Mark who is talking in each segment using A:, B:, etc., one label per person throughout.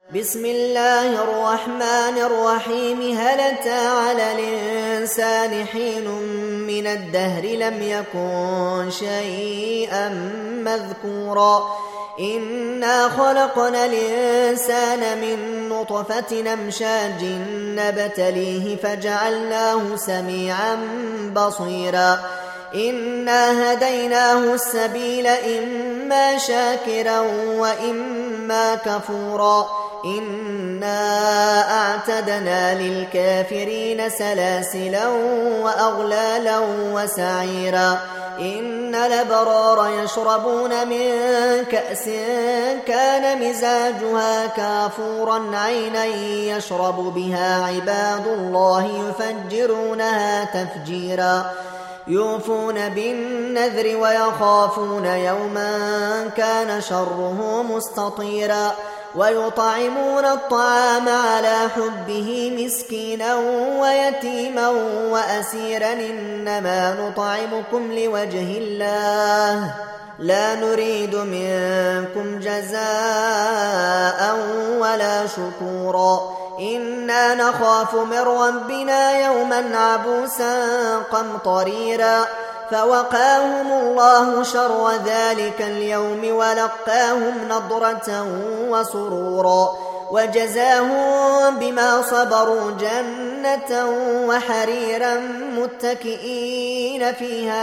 A: بسم الله الرحمن الرحيم. هل أتى على الإنسان حين من الدهر لم يكن شيئا مذكورا إنا خلقنا الإنسان من نطفة أمشاج نبتليه فجعلناه سميعا بصيرا إنا هديناه السبيل إما شاكرا وإما كفورا إنا أعتدنا للكافرين سلاسلا وأغلالا وسعيرا إن الأبرار يشربون من كأس كان مزاجها كافورا عينا يشرب بها عباد الله يفجرونها تفجيرا يوفون بالنذر ويخافون يوما كان شره مستطيرا ويطعمون الطعام على حبه مسكينا ويتيما وأسيرا إنما نطعمكم لوجه الله لا نريد منكم جزاء ولا شكورا إنا نخاف من ربنا يوما عبوسا قمطريرا فوقاهم الله شر ذلك اليوم ولقاهم نضرة وسرورا وجزاهم بما صبروا جنة وحريرا متكئين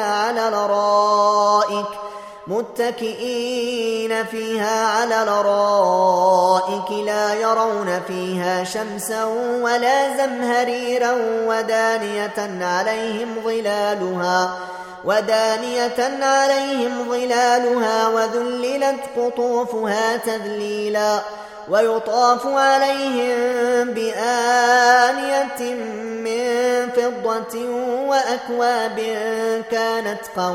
A: فيها على الأرائك لا يرون فيها شمسا ولا زمهريرا ودانية عليهم ظلالها وذللت قطوفها تذليلا ويطاف عليهم بآنية من فضة وأكواب كانت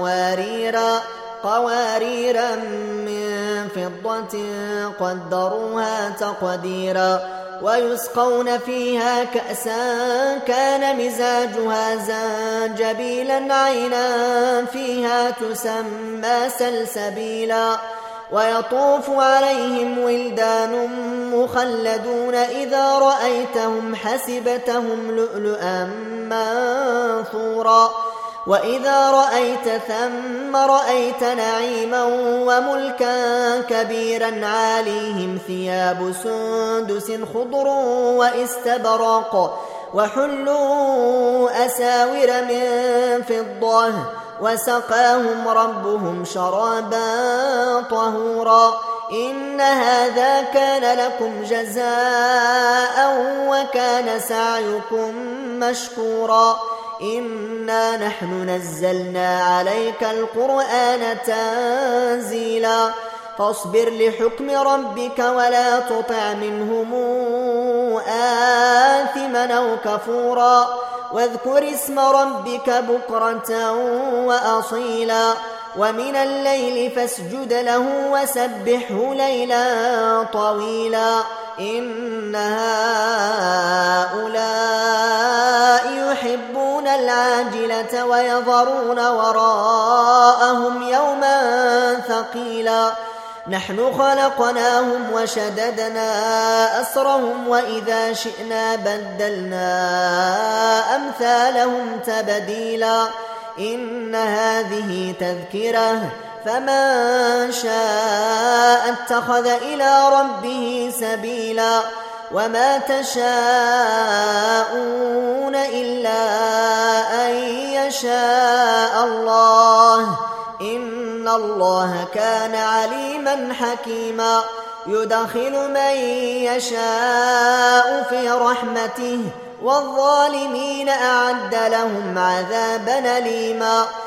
A: قواريرا من فضة قدروها تقديرا ويسقون فيها كأسا كان مزاجها زنجبيلا عينا فيها تسمى سلسبيلا ويطوف عليهم ولدان مخلدون إذا رأيتهم حسبتهم لؤلؤا منثورا وإذا رأيت ثم رأيت نعيما وملكا كبيرا عاليهم ثياب سندس خضر واستبرق وحلوا أساور من فضة وسقاهم ربهم شرابا طهورا إن هذا كان لكم جزاء وكان سعيكم مشكورا إنا نحن نزلنا عليك القرآن تنزيلا فاصبر لحكم ربك ولا تطع منهم آثما أو كفورا واذكر اسم ربك بكرة وأصيلا ومن الليل فاسجد له وسبحه ليلا طويلا إن هؤلاء يحبون العاجلة ويذرون وراءهم يوما ثقيلا نحن خلقناهم وشددنا أسرهم وإذا شئنا بدلنا أمثالهم تبديلا إن هذه تذكرة فمن شاء اتخذ إلى ربه سبيلا وما تشاءون إلا أن يشاء الله إن الله كان عليما حكيما يدخل من يشاء في رحمته والظالمين أعد لهم عذابا أليما